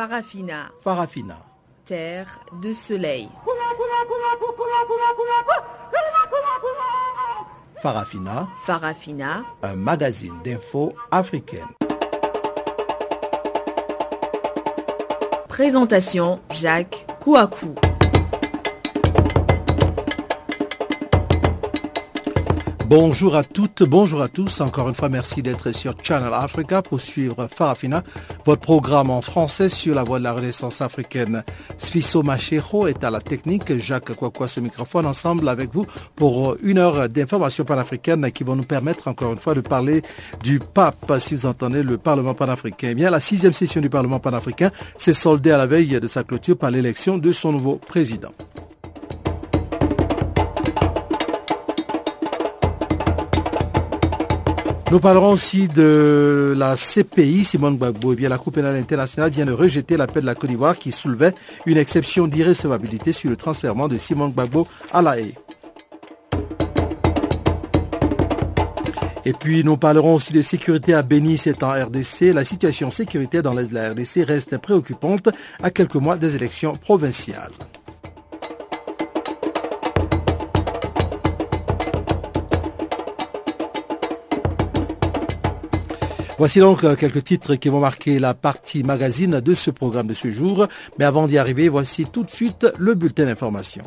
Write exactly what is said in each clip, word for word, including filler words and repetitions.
Farafina. Farafina. Terre de soleil. Farafina. Farafina. Un magazine d'infos africaine. Présentation Jacques Kouakou. Bonjour à toutes, bonjour à tous. Encore une fois, merci d'être sur Channel Africa pour suivre Farafina, votre programme en français sur la voie de la Renaissance africaine. Sfiso Machejo est à la technique, Jacques Kouakou à ce microphone, ensemble avec vous pour une heure d'informations panafricaines qui vont nous permettre encore une fois de parler du pape, si vous entendez le Parlement panafricain. Eh bien, la sixième session du Parlement panafricain s'est soldée à la veille de sa clôture par l'élection de son nouveau président. Nous parlerons aussi de la C P I, Simone Gbagbo. Eh bien, la Cour pénale internationale vient de rejeter l'appel de la Côte d'Ivoire qui soulevait une exception d'irrecevabilité sur le transfèrement de Simone Gbagbo à La Haye. Et puis, nous parlerons aussi de sécurité à Béni, c'est en R D C. La situation sécuritaire dans l'est de la R D C reste préoccupante à quelques mois des élections provinciales. Voici donc quelques titres qui vont marquer la partie magazine de ce programme de ce jour. Mais avant d'y arriver, voici tout de suite le bulletin d'information.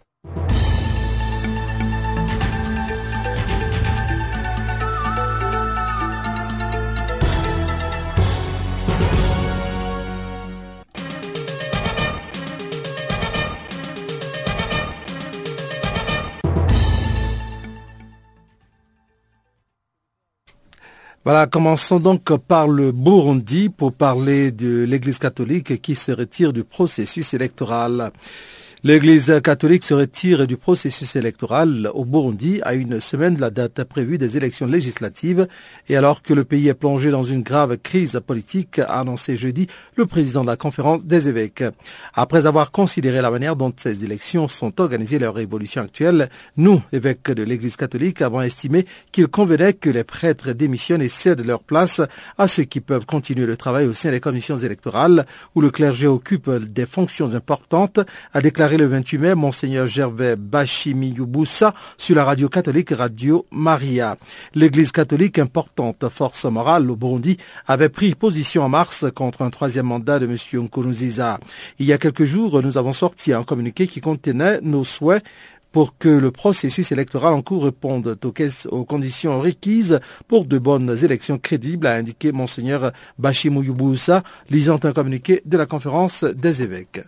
Voilà, commençons donc par le Burundi pour parler de l'Église catholique qui se retire du processus électoral. L'Église catholique se retire du processus électoral au Burundi à une semaine de la date prévue des élections législatives et alors que le pays est plongé dans une grave crise politique, a annoncé jeudi le président de la conférence des évêques. Après avoir considéré la manière dont ces élections sont organisées et leur évolution actuelle, nous, évêques de l'Église catholique, avons estimé qu'il convenait que les prêtres démissionnent et cèdent leur place à ceux qui peuvent continuer le travail au sein des commissions électorales où le clergé occupe des fonctions importantes, a déclaré le vingt-huit mai, Monseigneur Gervais Bashimi-Yubusa sur la radio catholique Radio Maria. L'Église catholique, importante force morale au Burundi, avait pris position en mars contre un troisième mandat de M. Nkurunziza. Il y a quelques jours, nous avons sorti un communiqué qui contenait nos souhaits pour que le processus électoral en cours réponde aux conditions requises pour de bonnes élections crédibles, a indiqué Monseigneur Bashimi-Yubusa, lisant un communiqué de la conférence des évêques.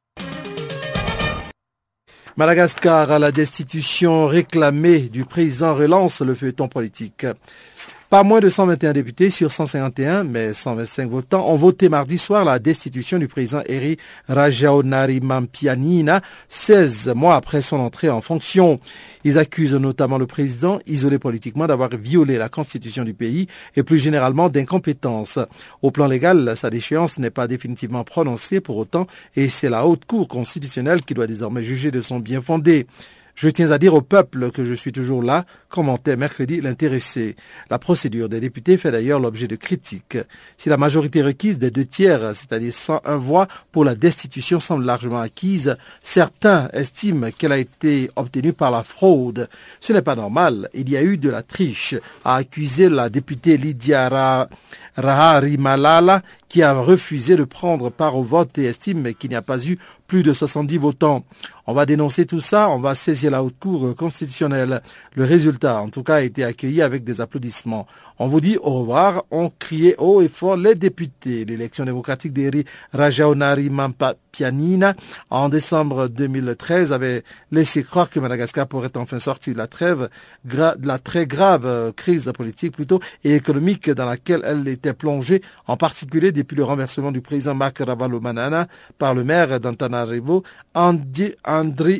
Madagascar, la destitution réclamée du président relance le feuilleton politique. Pas moins de cent vingt et un députés sur cent cinquante et un, mais cent vingt-cinq votants, ont voté mardi soir la destitution du président Eri Rajaonarimampianina, seize mois après son entrée en fonction. Ils accusent notamment le président, isolé politiquement, d'avoir violé la constitution du pays et plus généralement d'incompétence. Au plan légal, sa déchéance n'est pas définitivement prononcée pour autant et c'est la haute cour constitutionnelle qui doit désormais juger de son bien fondé. Je tiens à dire au peuple que je suis toujours là, commentait mercredi l'intéressé. La procédure des députés fait d'ailleurs l'objet de critiques. Si la majorité requise des deux tiers, c'est-à-dire cent un voix pour la destitution semble largement acquise, certains estiment qu'elle a été obtenue par la fraude. Ce n'est pas normal, il y a eu de la triche, a accusé la députée Lydia Ra... Raharimalala, qui a refusé de prendre part au vote et estime qu'il n'y a pas eu plus de soixante-dix votants. On va dénoncer tout ça, on va saisir la haute cour constitutionnelle. Le résultat, en tout cas, a été accueilli avec des applaudissements. On vous dit au revoir, on criait haut et fort les députés. L'élection démocratique d'Eri Rajaonarimampianina en décembre deux mille treize avait laissé croire que Madagascar pourrait enfin sortir de la trêve, de la très grave crise politique plutôt et économique dans laquelle elle était plongée, en particulier depuis le renversement du président Marc Ravalomanana par le maire d'Antananarivo, Andry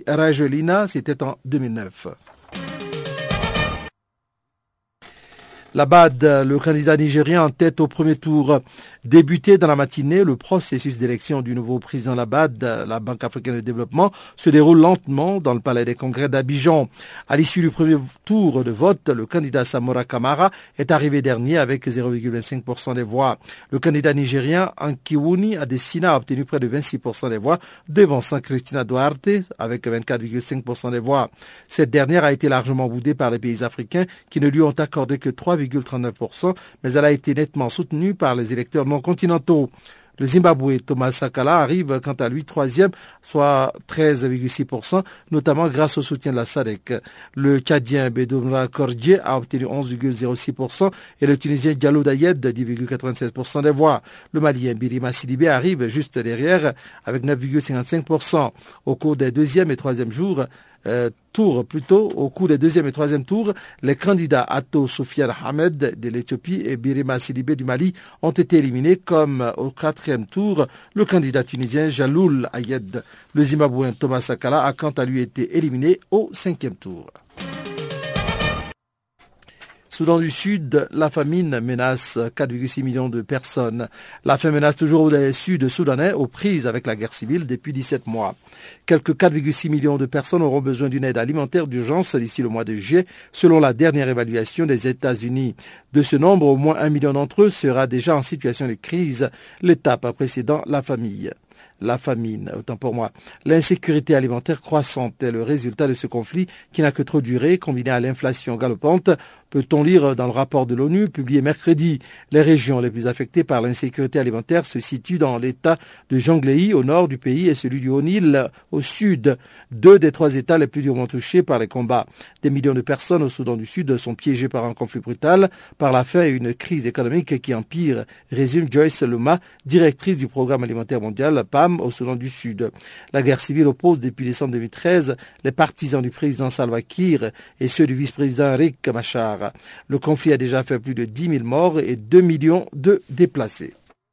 Rajoelina, c'était en deux mille neuf. L'Abad, le candidat nigérien en tête au premier tour. Débuté dans la matinée, le processus d'élection du nouveau président L'Abad, la Banque africaine de développement, se déroule lentement dans le palais des congrès d'Abidjan. À l'issue du premier tour de vote, le candidat Samora Kamara est arrivé dernier avec zéro virgule vingt-cinq pour cent des voix. Le candidat nigérien Ankiwuni Adesina a obtenu près de vingt-six pour cent des voix, devançant Christina Duarte avec vingt-quatre virgule cinq pour cent des voix. Cette dernière a été largement boudée par les pays africains qui ne lui ont accordé que trois virgule trente-neuf pour cent, mais elle a été nettement soutenue par les électeurs non continentaux. Le Zimbabwe, Thomas Sankara, arrive quant à lui troisième, soit treize virgule six pour cent, notamment grâce au soutien de la S A D C. Le Tchadien Bedoumra Kordje a obtenu onze virgule zéro six pour cent et le Tunisien Diallo Dayed dix virgule quatre-vingt-seize pour cent des voix. Le Malien Birima Sidibé arrive juste derrière avec neuf virgule cinquante-cinq pour cent. Au cours des deuxième et troisième jours, Euh, tour plutôt, au cours des deuxième et troisième tours, les candidats Atto Soufiane Ahmed de l'Éthiopie et Birima Sidibé du Mali ont été éliminés, comme au quatrième tour, le candidat tunisien Jaloul Ayed. Le Zimbabwéen Thomas Sankara a quant à lui été éliminé au cinquième tour. Soudan du Sud, la famine menace quatre virgule six millions de personnes. La faim menace toujours les Sud-Soudanais aux prises avec la guerre civile depuis dix-sept mois. Quelques quatre virgule six millions de personnes auront besoin d'une aide alimentaire d'urgence d'ici le mois de juillet, selon la dernière évaluation des États-Unis. De ce nombre, au moins un million d'entre eux sera déjà en situation de crise, l'étape précédant la famille. La famine, autant pour moi. L'insécurité alimentaire croissante est le résultat de ce conflit qui n'a que trop duré, combiné à l'inflation galopante. Peut-on lire dans le rapport de l'ONU publié mercredi. Les régions les plus affectées par l'insécurité alimentaire se situent dans l'état de Jonglei au nord du pays et celui du Haut-Nil au sud, deux des trois états les plus durement touchés par les combats. Des millions de personnes au Soudan du Sud sont piégées par un conflit brutal, par la faim et une crise économique qui empire, résume Joyce Luma, directrice du Programme alimentaire mondial P A M au Soudan du Sud. La guerre civile oppose depuis décembre deux mille treize les partisans du président Salva Kiir et ceux du vice-président Riek Machar. Le conflit a déjà fait plus de dix mille morts et deux millions de déplacés.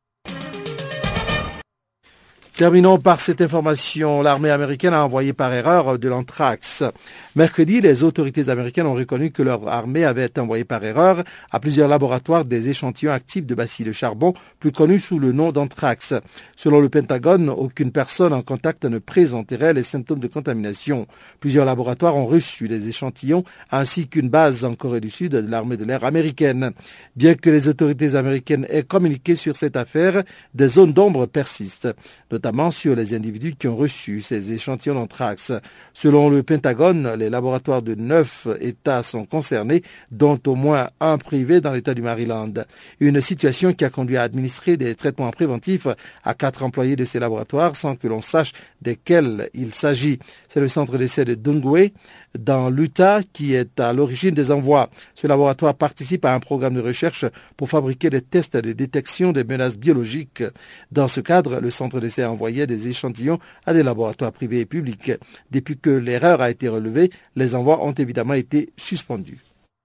Terminons par cette information. L'armée américaine a envoyé par erreur de l'anthrax. Mercredi, les autorités américaines ont reconnu que leur armée avait envoyé par erreur à plusieurs laboratoires des échantillons actifs de bacilles de charbon, plus connus sous le nom d'anthrax. Selon le Pentagone, aucune personne en contact ne présenterait les symptômes de contamination. Plusieurs laboratoires ont reçu les échantillons, ainsi qu'une base en Corée du Sud de l'armée de l'air américaine. Bien que les autorités américaines aient communiqué sur cette affaire, des zones d'ombre persistent, notamment sur les individus qui ont reçu ces échantillons d'anthrax. Selon le Pentagone, les laboratoires de neuf États sont concernés, dont au moins un privé dans l'État du Maryland. Une situation qui a conduit à administrer des traitements préventifs à quatre employés de ces laboratoires sans que l'on sache desquels il s'agit. C'est le centre d'essai de Dungwe, dans l'Utah, qui est à l'origine des envois. Ce laboratoire participe à un programme de recherche pour fabriquer des tests de détection des menaces biologiques. Dans ce cadre, le centre d'essai envoyait des échantillons à des laboratoires privés et publics. Depuis que l'erreur a été relevée, les envois ont évidemment été suspendus.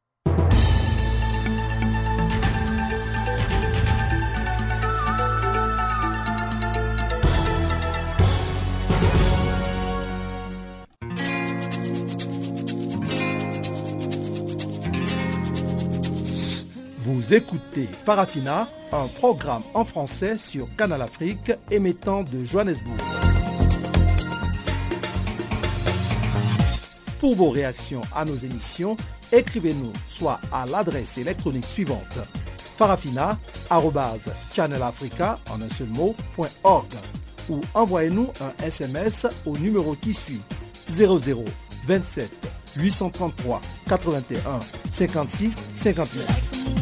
Vous écoutez Farafina, un programme en français sur Canal Afrique émettant de Johannesburg. Pour vos réactions à nos émissions, écrivez-nous soit à l'adresse électronique suivante farafina arobase channelafrica en un seul mot point org ou envoyez-nous un S M S au numéro qui suit zéro zéro vingt-sept huit cent trente-trois quatre-vingt-un cinquante-six cinquante-neuf.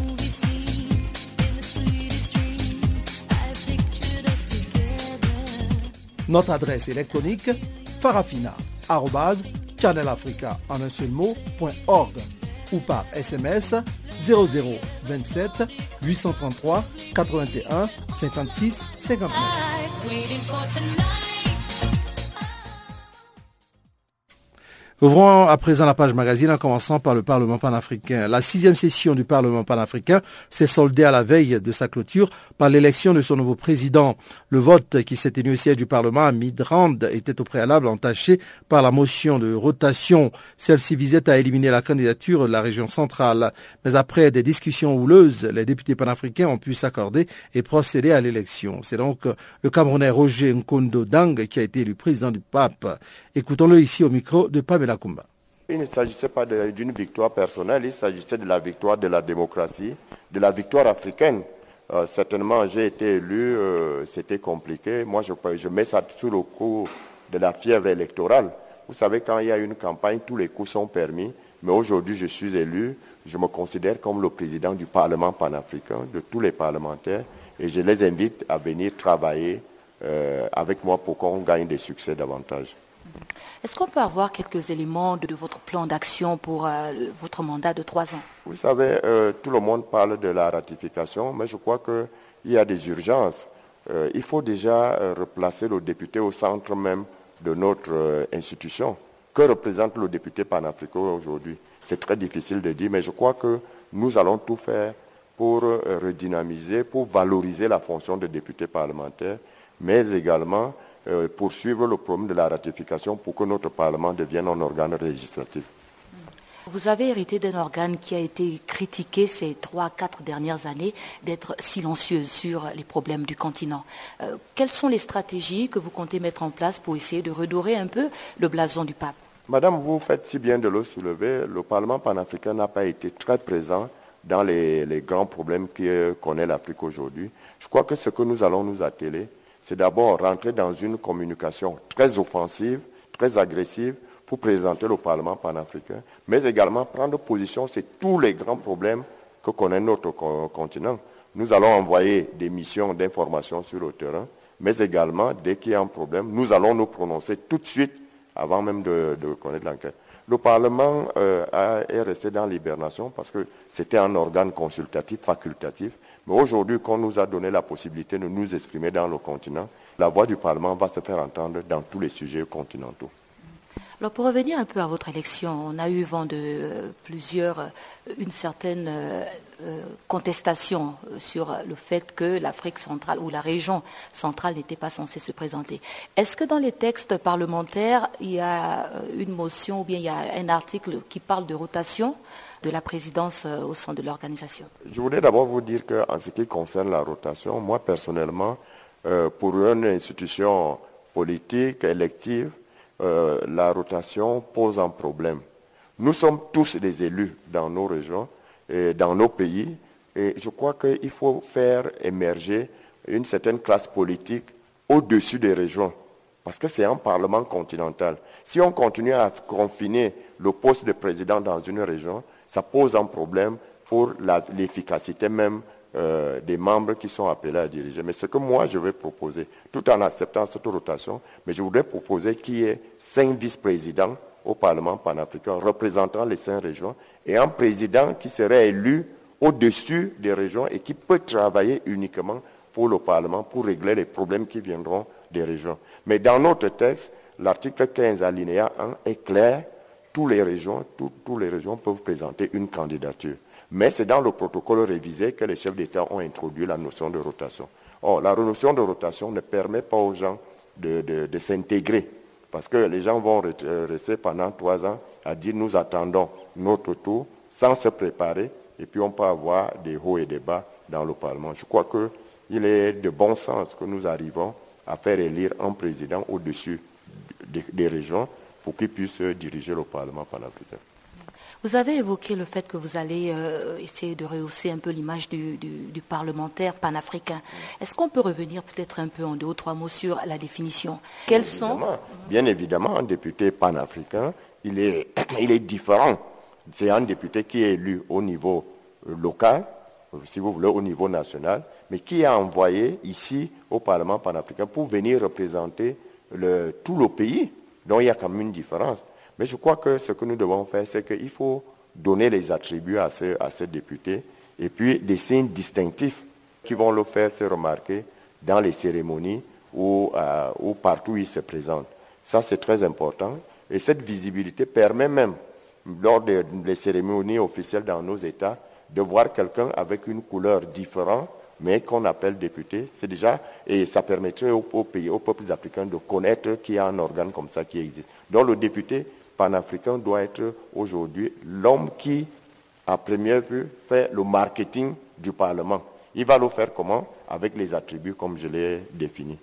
Notre adresse électronique farafina arobase channelafrica en un seul mot point org ou par S M S zéro zéro vingt-sept huit cent trente-trois quatre-vingt-un cinquante-six cinquante-neuf. Ouvrons à présent la page magazine en commençant par le Parlement panafricain. La sixième session du Parlement panafricain s'est soldée à la veille de sa clôture par l'élection de son nouveau président. Le vote qui s'est tenu au siège du Parlement à Midrand était au préalable entaché par la motion de rotation. Celle-ci visait à éliminer la candidature de la région centrale. Mais après des discussions houleuses, les députés panafricains ont pu s'accorder et procéder à l'élection. C'est donc le Camerounais Roger Nkondo Dang qui a été élu président du P A P. Écoutons-le ici au micro de Pamela Kumba. Il ne s'agissait pas d'une victoire personnelle, il s'agissait de la victoire de la démocratie, de la victoire africaine. Euh, certainement, j'ai été élu, euh, c'était compliqué. Moi, je, je mets ça sous le coup de la fièvre électorale. Vous savez, quand il y a une campagne, tous les coups sont permis. Mais aujourd'hui, je suis élu, je me considère comme le président du Parlement panafricain, de tous les parlementaires, et je les invite à venir travailler euh, avec moi pour qu'on gagne des succès davantage. Est-ce qu'on peut avoir quelques éléments de, de votre plan d'action pour euh, votre mandat de trois ans? Vous savez, euh, tout le monde parle de la ratification, mais je crois qu'il y a des urgences. Euh, il faut déjà euh, replacer le député au centre même de notre euh, institution. Que représente le député panafricain aujourd'hui? C'est très difficile de dire, mais je crois que nous allons tout faire pour euh, redynamiser, pour valoriser la fonction de député parlementaire, mais également Euh, poursuivre le problème de la ratification pour que notre Parlement devienne un organe législatif. Vous avez hérité d'un organe qui a été critiqué ces trois, quatre dernières années d'être silencieux sur les problèmes du continent. Euh, quelles sont les stratégies que vous comptez mettre en place pour essayer de redorer un peu le blason du pape? Madame, vous faites si bien de le soulever. Le Parlement panafricain n'a pas été très présent dans les, les grands problèmes que connaît l'Afrique aujourd'hui. Je crois que ce que nous allons nous atteler, c'est d'abord rentrer dans une communication très offensive, très agressive, pour présenter le Parlement panafricain, mais également prendre position sur tous les grands problèmes que connaît notre continent. Nous allons envoyer des missions d'information sur le terrain, mais également, dès qu'il y a un problème, nous allons nous prononcer tout de suite, avant même de, de connaître l'enquête. Le Parlement euh, a, est resté dans l'hibernation parce que c'était un organe consultatif, facultatif. Mais aujourd'hui, qu'on nous a donné la possibilité de nous exprimer dans le continent, la voix du Parlement va se faire entendre dans tous les sujets continentaux. Alors pour revenir un peu à votre élection, on a eu vent de euh, plusieurs, euh, une certaine euh, euh, contestation sur le fait que l'Afrique centrale ou la région centrale n'était pas censée se présenter. Est-ce que dans les textes parlementaires, il y a une motion ou bien il y a un article qui parle de rotation de la présidence au sein de l'organisation? Je voudrais d'abord vous dire qu'en ce qui concerne la rotation, moi personnellement, euh, pour une institution politique, élective, euh, la rotation pose un problème. Nous sommes tous des élus dans nos régions et dans nos pays, et je crois qu'il faut faire émerger une certaine classe politique au-dessus des régions, parce que c'est un parlement continental. Si on continue à confiner le poste de président dans une région, ça pose un problème pour la, l'efficacité même euh, des membres qui sont appelés à diriger. Mais ce que moi je vais proposer, tout en acceptant cette rotation, mais je voudrais proposer qu'il y ait cinq vice-présidents au Parlement panafricain représentant les cinq régions et un président qui serait élu au-dessus des régions et qui peut travailler uniquement pour le Parlement pour régler les problèmes qui viendront des régions. Mais dans notre texte, l'article quinze alinéa un est clair. Toutes les régions, tout, toutes les régions peuvent présenter une candidature. Mais c'est dans le protocole révisé que les chefs d'État ont introduit la notion de rotation. Or, la notion de rotation ne permet pas aux gens de, de, de s'intégrer, parce que les gens vont rester pendant trois ans à dire nous attendons notre tour sans se préparer, et puis on peut avoir des hauts et des bas dans le Parlement. Je crois qu'il est de bon sens que nous arrivons à faire élire un président au-dessus des, des régions, pour qu'ils puissent diriger le Parlement panafricain. Vous avez évoqué le fait que vous allez euh, essayer de rehausser un peu l'image du, du, du parlementaire panafricain. Est-ce qu'on peut revenir peut-être un peu en deux ou trois mots sur la définition? Quels sont Bien évidemment, un député panafricain, il est, il est différent. C'est un député qui est élu au niveau local, si vous voulez, au niveau national, mais qui est envoyé ici au Parlement panafricain pour venir représenter le, tout le pays. Donc il y a quand même une différence. Mais je crois que ce que nous devons faire, c'est qu'il faut donner les attributs à ce, à ce député et puis des signes distinctifs qui vont le faire se remarquer dans les cérémonies ou, euh, ou partout où il se présente. Ça, c'est très important. Et cette visibilité permet même, lors des, des cérémonies officielles dans nos États, de voir quelqu'un avec une couleur différente, mais qu'on appelle député. C'est déjà, et ça permettrait aux, aux pays, aux peuples africains de connaître qu'il y a un organe comme ça qui existe. Donc le député panafricain doit être aujourd'hui l'homme qui, à première vue, fait le marketing du Parlement. Il va le faire comment? Avec les attributs comme je l'ai définis.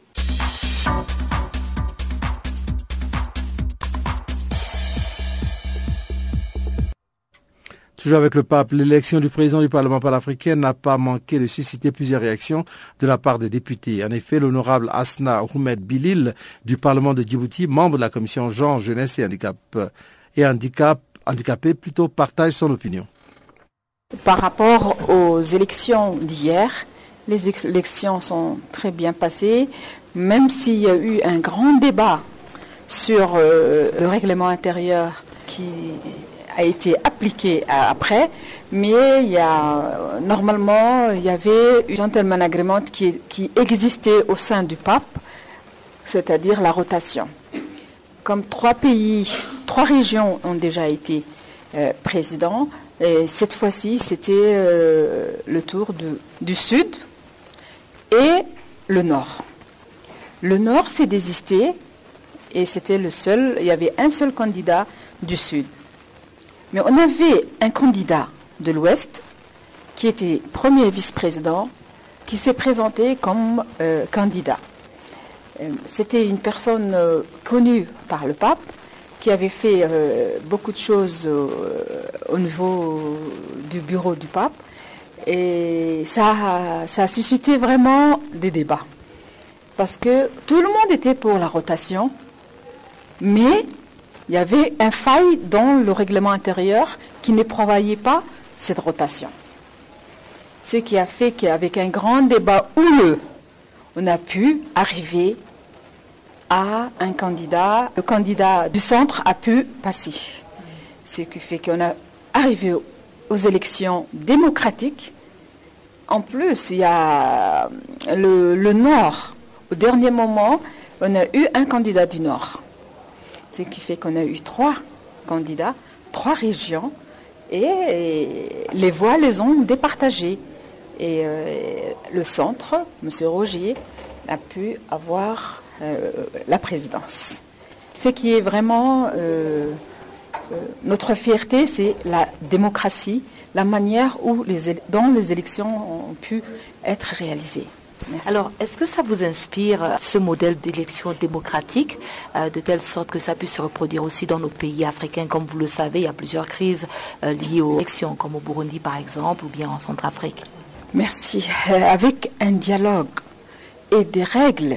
Toujours avec le pape, l'élection du président du Parlement panafricain n'a pas manqué de susciter plusieurs réactions de la part des députés. En effet, l'honorable Asna Oumed Bilil du Parlement de Djibouti, membre de la commission genre, jeunesse et handicap, et handicap, handicapé, plutôt partage son opinion. Par rapport aux élections d'hier, les élections sont très bien passées, même s'il y a eu un grand débat sur euh, le règlement intérieur qui a été appliqué après, mais il y a, normalement, il y avait un gentleman agreement qui, qui existait au sein du pape, c'est-à-dire la rotation. Comme trois pays, trois régions ont déjà été euh, présidents, et cette fois-ci, c'était euh, le tour de, du Sud et le Nord. Le Nord s'est désisté et c'était le seul, il y avait un seul candidat du Sud. Mais on avait un candidat de l'Ouest qui était premier vice-président, qui s'est présenté comme euh, candidat. Euh, c'était une personne euh, connue par le pape, qui avait fait euh, beaucoup de choses euh, au niveau du bureau du pape. Et ça a, ça a suscité vraiment des débats. Parce que tout le monde était pour la rotation, mais il y avait un faille dans le règlement intérieur qui ne prévoyait pas cette rotation. Ce qui a fait qu'avec un grand débat houleux, on a pu arriver à un candidat. Le candidat du centre a pu passer. Ce qui fait qu'on a arrivé aux élections démocratiques. En plus, il y a le, le Nord. Au dernier moment, on a eu un candidat du Nord. Ce qui fait qu'on a eu trois candidats, trois régions, et, et les voix les ont départagées. Et euh, le centre, M. Rogier, a pu avoir euh, la présidence. Ce qui est vraiment euh, euh, notre fierté, c'est la démocratie, la manière où les, dont les élections ont pu être réalisées. Merci. Alors, est-ce que ça vous inspire ce modèle d'élection démocratique, euh, de telle sorte que ça puisse se reproduire aussi dans nos pays africains? Comme vous le savez, il y a plusieurs crises euh, liées aux élections, comme au Burundi par exemple, ou bien en Centrafrique. Merci. Euh, avec un dialogue et des règles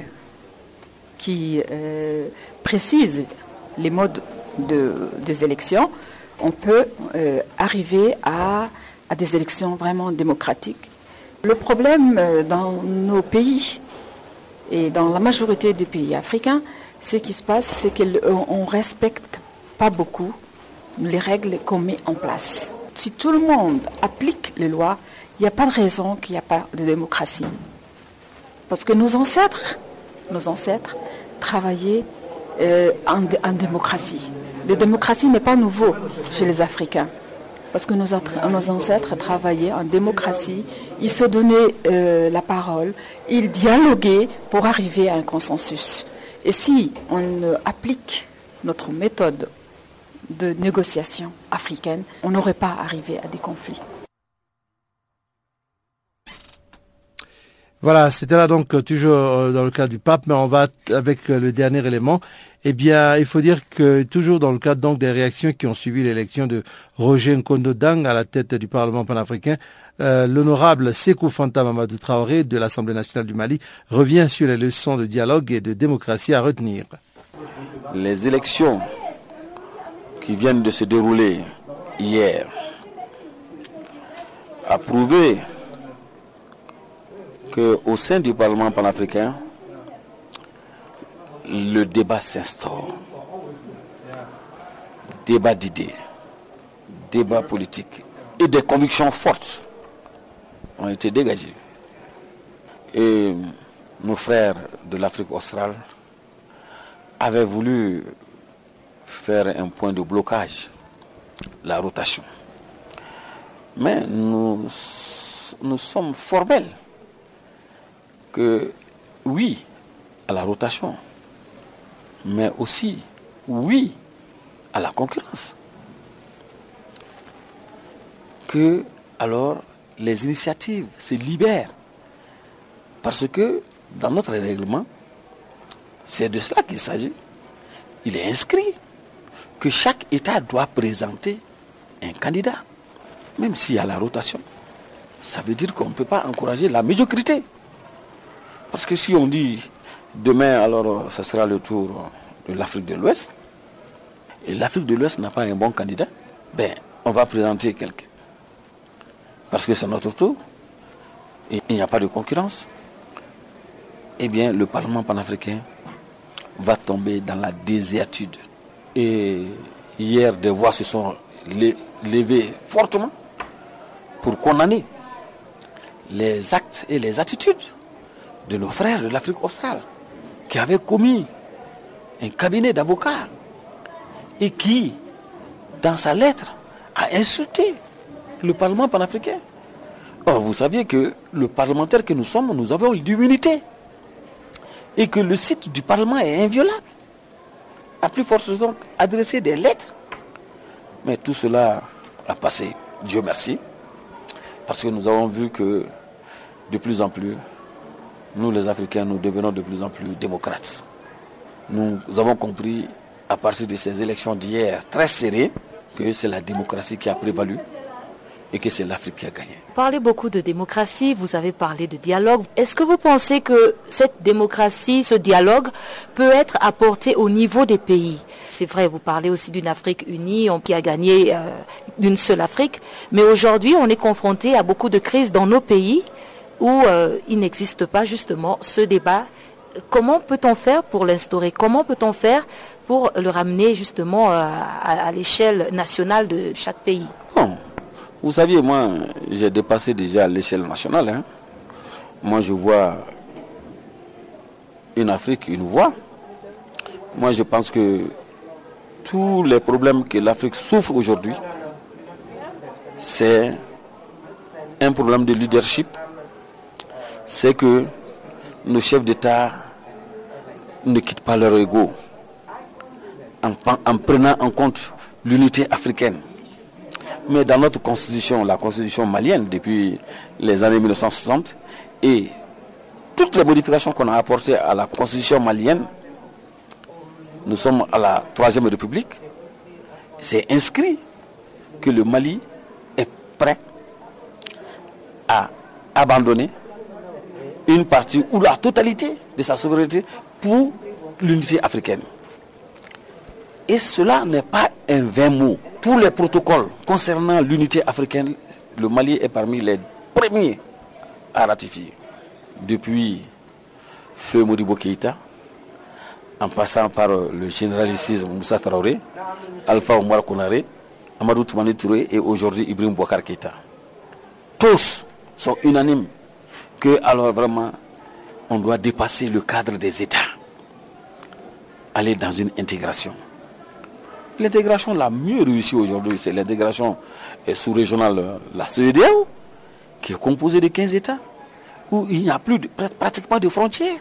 qui euh, précisent les modes de, des élections, on peut euh, arriver à, à des élections vraiment démocratiques. Le problème dans nos pays et dans la majorité des pays africains, ce qui se passe, c'est qu'on ne respecte pas beaucoup les règles qu'on met en place. Si tout le monde applique les lois, il n'y a pas de raison qu'il n'y ait pas de démocratie. Parce que nos ancêtres, nos ancêtres travaillaient euh, en, en démocratie. La démocratie n'est pas nouveau chez les Africains. Parce que nos, nos ancêtres travaillaient en démocratie, ils se donnaient euh, la parole, ils dialoguaient pour arriver à un consensus. Et si on applique notre méthode de négociation africaine, on n'aurait pas arrivé à des conflits. Voilà, c'était là donc toujours dans le cas du pape, mais on va avec le dernier élément. Eh bien, il faut dire que toujours dans le cadre donc des réactions qui ont suivi l'élection de Roger Nkondo Dang à la tête du Parlement panafricain, euh, l'honorable Sékou Fanta Mamadou Traoré de l'Assemblée nationale du Mali revient sur les leçons de dialogue et de démocratie à retenir. Les élections qui viennent de se dérouler hier a prouvé qu'au sein du Parlement panafricain, le débat s'instaure. Débat d'idées, débat politique et des convictions fortes ont été dégagées. Et nos frères de l'Afrique australe avaient voulu faire un point de blocage, la rotation. Mais nous, nous sommes formels que oui à la rotation, mais aussi oui à la concurrence. Que alors les initiatives se libèrent. Parce que dans notre règlement, c'est de cela qu'il s'agit. Il est inscrit que chaque État doit présenter un candidat. Même s'il y a la rotation, ça veut dire qu'on ne peut pas encourager la médiocrité. Parce que si on dit demain, alors ça sera le tour de l'Afrique de l'Ouest, et l'Afrique de l'Ouest n'a pas un bon candidat, ben on va présenter quelqu'un. Parce que c'est notre tour, et il n'y a pas de concurrence, eh bien le Parlement panafricain va tomber dans la déséatude. Et hier, des voix se sont levées fortement pour condamner les actes et les attitudes de nos frères de l'Afrique australe qui avaient commis un cabinet d'avocats et qui, dans sa lettre, a insulté le Parlement panafricain. Or, vous saviez que le parlementaire que nous sommes, nous avons l'immunité et que le site du Parlement est inviolable. À plus forte raison, adresser des lettres. Mais tout cela a passé, Dieu merci, parce que nous avons vu que de plus en plus, nous les Africains, nous devenons de plus en plus démocrates. Nous avons compris, à partir de ces élections d'hier très serrées, que c'est la démocratie qui a prévalu et que c'est l'Afrique qui a gagné. Vous parlez beaucoup de démocratie, vous avez parlé de dialogue. Est-ce que vous pensez que cette démocratie, ce dialogue, peut être apporté au niveau des pays? C'est vrai, vous parlez aussi d'une Afrique unie qui a gagné euh, d'une seule Afrique, mais aujourd'hui on est confronté à beaucoup de crises dans nos pays où euh, il n'existe pas justement ce débat. Comment peut-on faire pour l'instaurer? Comment peut-on faire pour le ramener justement à, à, à l'échelle nationale de chaque pays? Bon. Vous saviez, moi, j'ai dépassé déjà l'échelle nationale. Hein. Moi, je vois une Afrique, une voie. Moi, je pense que tous les problèmes que l'Afrique souffre aujourd'hui, c'est un problème de leadership. C'est que nos chefs d'État ne quittent pas leur ego en, en prenant en compte l'unité africaine. Mais dans notre constitution, la constitution malienne depuis les années mille neuf cent soixante, et toutes les modifications qu'on a apportées à la constitution malienne, nous sommes à la troisième république, c'est inscrit que le Mali est prêt à abandonner une partie ou la totalité de sa souveraineté pour l'unité africaine. Et cela n'est pas un vain mot. Tous les protocoles concernant l'unité africaine, le Mali est parmi les premiers à ratifier. Depuis Feu Modibo Keïta, en passant par le généralissime Moussa Traoré, Alpha Omar Konaré, Amadou Toumani Touré et aujourd'hui Ibrahim Boubacar Keïta. Tous sont unanimes que alors vraiment on doit dépasser le cadre des États, aller dans une intégration. L'intégration la mieux réussie aujourd'hui, c'est l'intégration sous-régionale, la C E D E A O, qui est composée de quinze États, où il n'y a plus de, pratiquement de frontières.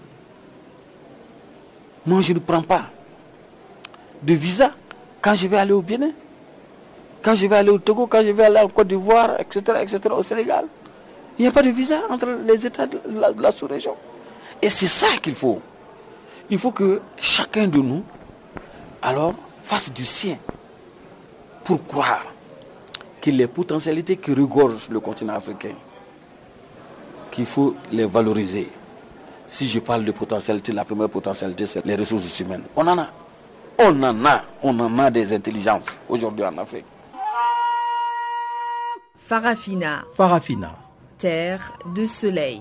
Moi, je ne prends pas de visa quand je vais aller au Bénin, quand je vais aller au Togo, quand je vais aller en Côte d'Ivoire, et cetera, et cetera, au Sénégal. Il n'y a pas de visa entre les États de la, de la sous-région. Et c'est ça qu'il faut. Il faut que chacun de nous, alors, fasse du sien pour croire que les potentialités qui regorgent le continent africain, qu'il faut les valoriser. Si je parle de potentialité, la première potentialité, c'est les ressources humaines. On en a. On en a. On en a des intelligences aujourd'hui en Afrique. Farafina. Farafina. Terre de soleil.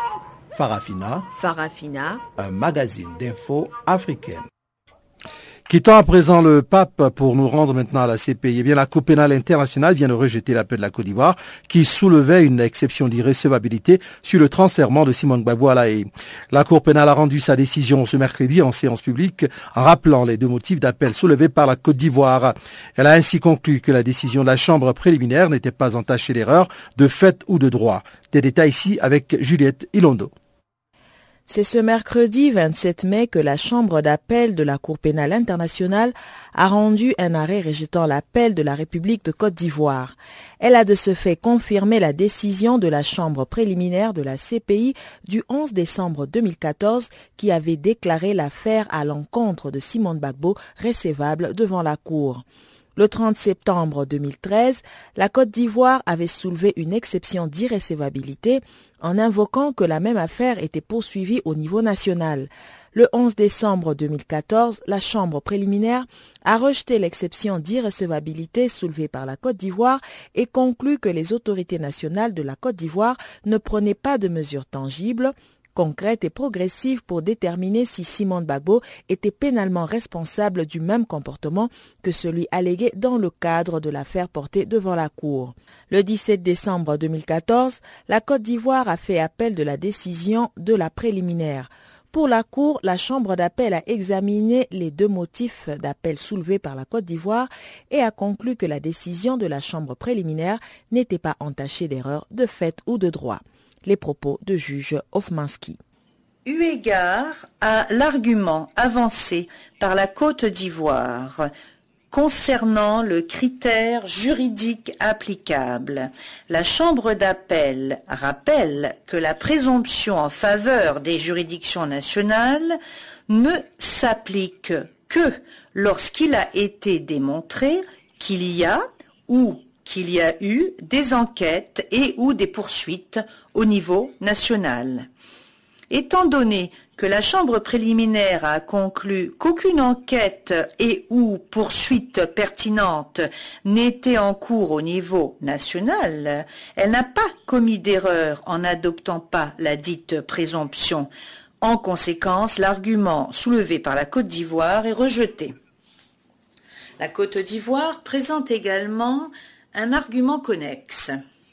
Farafina. Farafina. Un magazine d'infos africaine. Quittons à présent le pape pour nous rendre maintenant à la C P I. Eh bien, la Cour pénale internationale vient de rejeter l'appel de la Côte d'Ivoire qui soulevait une exception d'irrecevabilité sur le transfèrement de Simone Gbagbo à La Haye. La Cour pénale a rendu sa décision ce mercredi en séance publique en rappelant les deux motifs d'appel soulevés par la Côte d'Ivoire. Elle a ainsi conclu que la décision de la Chambre préliminaire n'était pas entachée d'erreur, de fait ou de droit. Des détails ici avec Juliette Ilondo. C'est ce mercredi vingt-sept mai que la Chambre d'appel de la Cour pénale internationale a rendu un arrêt rejetant l'appel de la République de Côte d'Ivoire. Elle a de ce fait confirmé la décision de la Chambre préliminaire de la C P I du onze décembre deux mille quatorze qui avait déclaré l'affaire à l'encontre de Simone Gbagbo recevable devant la Cour. Le trente septembre deux mille treize, la Côte d'Ivoire avait soulevé une exception d'irrecevabilité en invoquant que la même affaire était poursuivie au niveau national. Le onze décembre deux mille quatorze, la Chambre préliminaire a rejeté l'exception d'irrecevabilité soulevée par la Côte d'Ivoire et conclu que les autorités nationales de la Côte d'Ivoire ne prenaient pas de mesures tangibles, concrète et progressive pour déterminer si Simone Gbagbo était pénalement responsable du même comportement que celui allégué dans le cadre de l'affaire portée devant la Cour. Le dix-sept décembre deux mille quatorze, la Côte d'Ivoire a fait appel de la décision de la préliminaire. Pour la Cour, la Chambre d'appel a examiné les deux motifs d'appel soulevés par la Côte d'Ivoire et a conclu que la décision de la Chambre préliminaire n'était pas entachée d'erreur de fait ou de droit. Les propos de juge Hofmanski. Eu égard à l'argument avancé par la Côte d'Ivoire concernant le critère juridique applicable, la Chambre d'appel rappelle que la présomption en faveur des juridictions nationales ne s'applique que lorsqu'il a été démontré qu'il y a ou qu'il y a eu des enquêtes et ou des poursuites au niveau national. Étant donné que la Chambre préliminaire a conclu qu'aucune enquête et ou poursuite pertinente n'était en cours au niveau national, elle n'a pas commis d'erreur en n'adoptant pas la dite présomption. En conséquence, l'argument soulevé par la Côte d'Ivoire est rejeté. La Côte d'Ivoire présente également un argument connexe.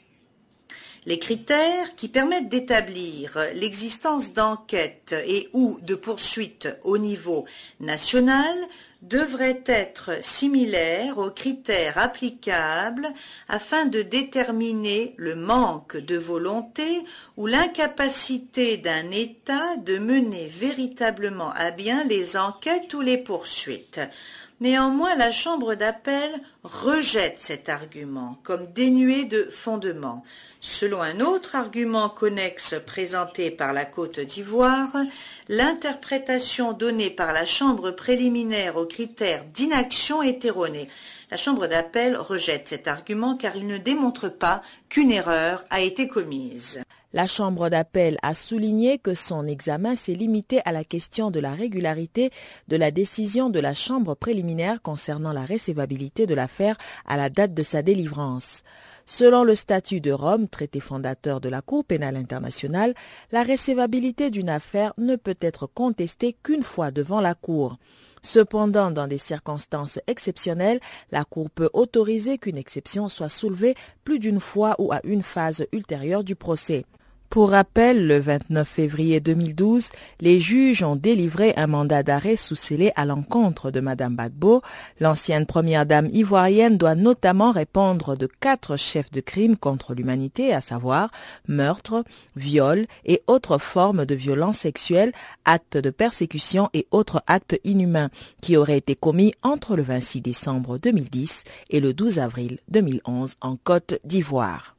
Les critères qui permettent d'établir l'existence d'enquêtes et ou de poursuites au niveau national devraient être similaires aux critères applicables afin de déterminer le manque de volonté ou l'incapacité d'un État de mener véritablement à bien les enquêtes ou les poursuites. Néanmoins, la Chambre d'appel rejette cet argument comme dénué de fondement. Selon un autre argument connexe présenté par la Côte d'Ivoire, l'interprétation donnée par la Chambre préliminaire aux critères d'inaction est erronée. La Chambre d'appel rejette cet argument car il ne démontre pas qu'une erreur a été commise. La Chambre d'appel a souligné que son examen s'est limité à la question de la régularité de la décision de la Chambre préliminaire concernant la recevabilité de l'affaire à la date de sa délivrance. Selon le statut de Rome, traité fondateur de la Cour pénale internationale, la recevabilité d'une affaire ne peut être contestée qu'une fois devant la Cour. Cependant, dans des circonstances exceptionnelles, la Cour peut autoriser qu'une exception soit soulevée plus d'une fois ou à une phase ultérieure du procès. Pour rappel, le vingt-neuf février deux mille douze, les juges ont délivré un mandat d'arrêt sous scellé à l'encontre de Madame Gbagbo. L'ancienne première dame ivoirienne doit notamment répondre de quatre chefs de crimes contre l'humanité, à savoir meurtre, viol et autres formes de violence sexuelle, actes de persécution et autres actes inhumains qui auraient été commis entre le vingt-six décembre deux mille dix et le douze avril deux mille onze en Côte d'Ivoire.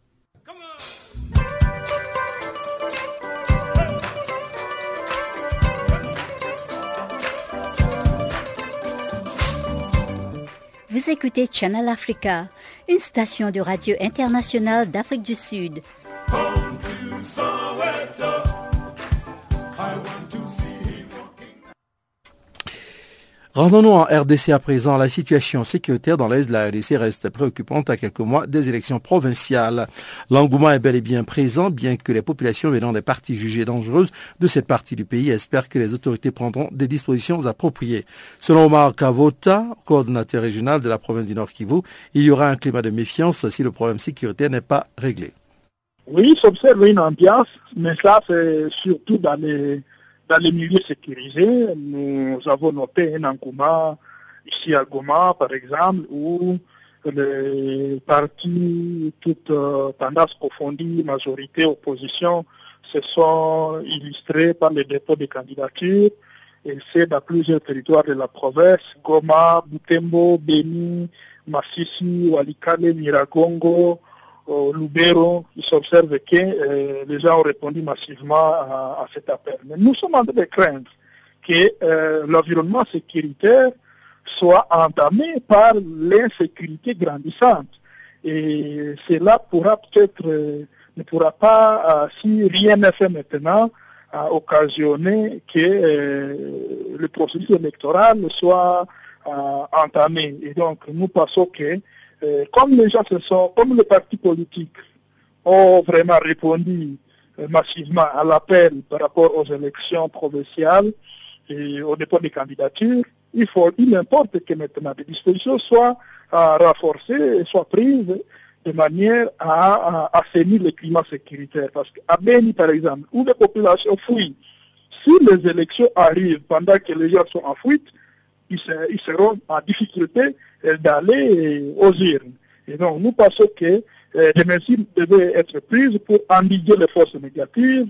Vous écoutez Channel Africa, une station de radio internationale d'Afrique du Sud. Rendons-nous en R D C à présent. La situation sécuritaire dans l'est de la R D C reste préoccupante à quelques mois des élections provinciales. L'engouement est bel et bien présent, bien que les populations venant des parties jugées dangereuses de cette partie du pays espèrent que les autorités prendront des dispositions appropriées. Selon Omar Kavota, coordonnateur régional de la province du Nord Kivu, il y aura un climat de méfiance si le problème sécuritaire n'est pas réglé. Oui, s'observe une ambiance, mais ça c'est surtout dans les, dans les milieux sécurisés. Nous avons noté un engouement ici à Goma, par exemple, où les partis, toutes euh, tendances confondues, majorité, opposition, se sont illustrés par les dépôts de candidatures. Et c'est dans plusieurs territoires de la province, Goma, Butembo, Beni, Massissi, Walikale, Miragongo, au Lubero, il s'observe que euh, les gens ont répondu massivement à, à cet appel. Mais nous sommes en train de craindre que euh, l'environnement sécuritaire soit entamé par l'insécurité grandissante. Et cela pourra peut-être, euh, ne pourra pas, euh, si rien n'est fait maintenant, euh, occasionner que euh, le processus électoral soit euh, entamé. Et donc, nous pensons que Euh, comme les gens se sont, comme les partis politiques ont vraiment répondu euh, massivement à l'appel par rapport aux élections provinciales et au dépôt des candidatures, il faut, il importe que maintenant des dispositions soient euh, renforcées et soient prises de manière à, à assainir le climat sécuritaire. Parce qu'à Beni, par exemple, où les populations fuient, si les élections arrivent pendant que les gens sont en fuite, ils, se, ils seront en difficulté d'aller aux urnes. Et donc, nous pensons que euh, des mesures devaient être prises pour endiguer les forces négatives,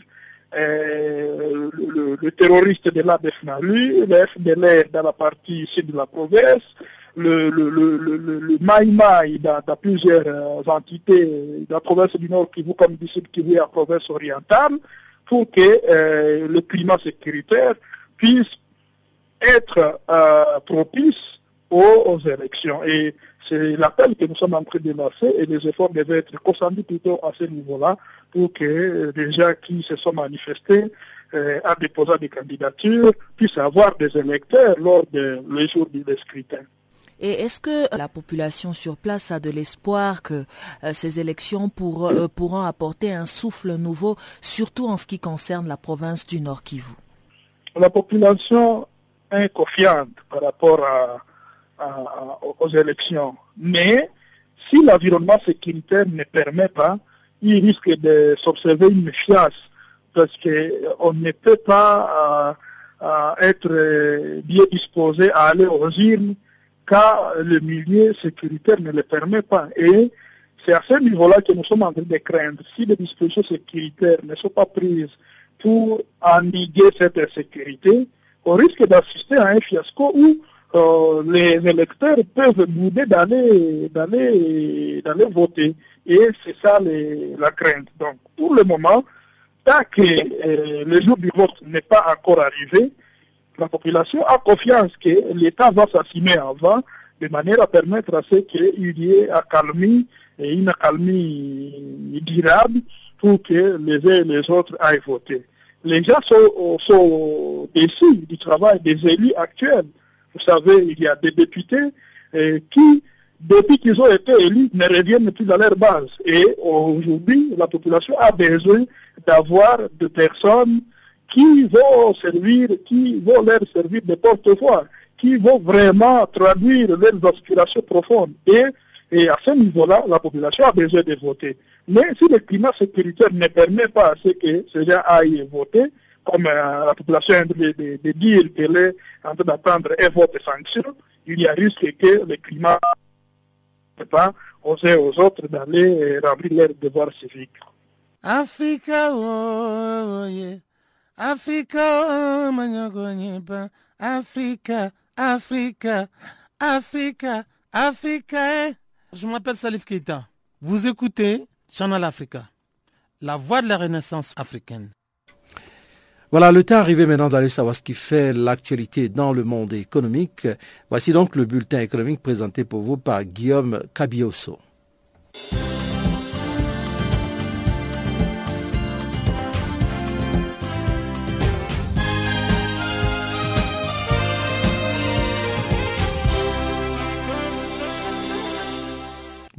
euh, le, le, le terroriste de l'A D F N A L U, le F D L R dans la partie sud de la province, le, le, le, le, le, le Maï Maï dans, dans plusieurs euh, entités de la province du Nord Kivu comme du Sud Kivu et la province orientale, pour que euh, le climat sécuritaire puisse être euh, propice aux, aux élections. Et c'est l'appel que nous sommes en train de lancer et les efforts devaient être consentis plutôt à ce niveau-là pour que les gens qui se sont manifestés euh, en déposant des candidatures puissent avoir des électeurs lors de les jours du scrutin. Et est-ce que la population sur place a de l'espoir que euh, ces élections pour, euh, pourront apporter un souffle nouveau, surtout en ce qui concerne la province du Nord Kivu? La population est confiante par rapport à, à, à, aux élections. Mais si l'environnement sécuritaire ne permet pas, il risque de s'observer une méfiance parce qu'on ne peut pas euh, euh, être bien disposé à aller aux urnes quand le milieu sécuritaire ne le permet pas. Et c'est à ce niveau-là que nous sommes en train de craindre. Si les dispositions sécuritaires ne sont pas prises pour endiguer cette insécurité, on risque d'assister à un fiasco où euh, les électeurs peuvent bouder d'aller, d'aller, d'aller voter. Et c'est ça les, la crainte. Donc, pour le moment, tant que euh, le jour du vote n'est pas encore arrivé, la population a confiance que l'État va s'assumer avant, de manière à permettre à ce qu'il y ait accalmie, et une accalmie durable pour que les uns et les autres aillent voter. Les gens sont, sont déçus du travail des élus actuels. Vous savez, il y a des députés euh, qui, depuis qu'ils ont été élus, ne reviennent plus à leur base. Et aujourd'hui, la population a besoin d'avoir des personnes qui vont servir, qui vont leur servir de porte-voix, qui vont vraiment traduire leurs aspirations profondes. Et, et à ce niveau-là, la population a besoin de voter. Mais si le climat sécuritaire ne permet pas à ce que ces gens aillent voter, comme euh, la population est de, de, de dire qu'elle est en train d'attendre un vote sanction, il y a risque que le climat ne pas oser aux autres d'aller remplir leurs devoirs civiques. Africa, oh, yeah. Africa, oh, Africa, Africa, Africa, Africa. Je m'appelle Salif Keita. Vous écoutez Channel Africa, la voix de la renaissance africaine. Voilà, le temps arrivé maintenant d'aller savoir ce qui fait l'actualité dans le monde économique. Voici donc le bulletin économique présenté pour vous par Guillaume Kabioso.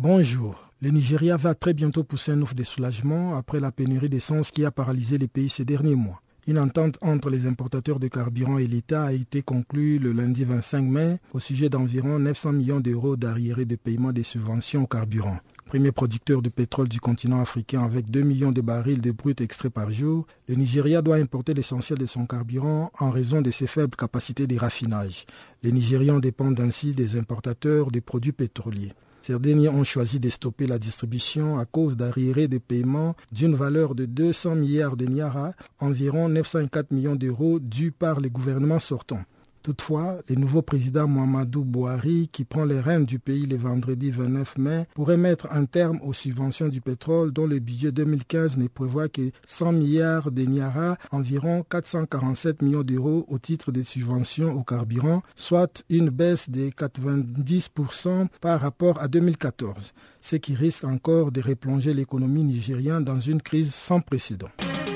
Bonjour. Le Nigeria va très bientôt pousser un ouf de soulagement après la pénurie d'essence qui a paralysé les pays ces derniers mois. Une entente entre les importateurs de carburant et l'État a été conclue le lundi vingt-cinq mai au sujet d'environ neuf cents millions d'euros d'arriérés de paiement des subventions au carburant. Premier producteur de pétrole du continent africain avec deux millions de barils de brut extraits par jour, le Nigeria doit importer l'essentiel de son carburant en raison de ses faibles capacités de raffinage. Les Nigérians dépendent ainsi des importateurs de produits pétroliers. Ces derniers ont choisi de stopper la distribution à cause d'arriérés de paiement d'une valeur de deux cents milliards de naira, environ neuf cent quatre millions d'euros dus par les gouvernements sortants. Toutefois, le nouveau président Muhammadu Buhari, qui prend les rênes du pays le vendredi vingt-neuf mai, pourrait mettre un terme aux subventions du pétrole dont le budget deux mille quinze ne prévoit que cent milliards de naira, environ quatre cent quarante-sept millions d'euros au titre des subventions au carburant, soit une baisse de quatre-vingt-dix pour cent par rapport à deux mille quatorze, ce qui risque encore de replonger l'économie nigérienne dans une crise sans précédent.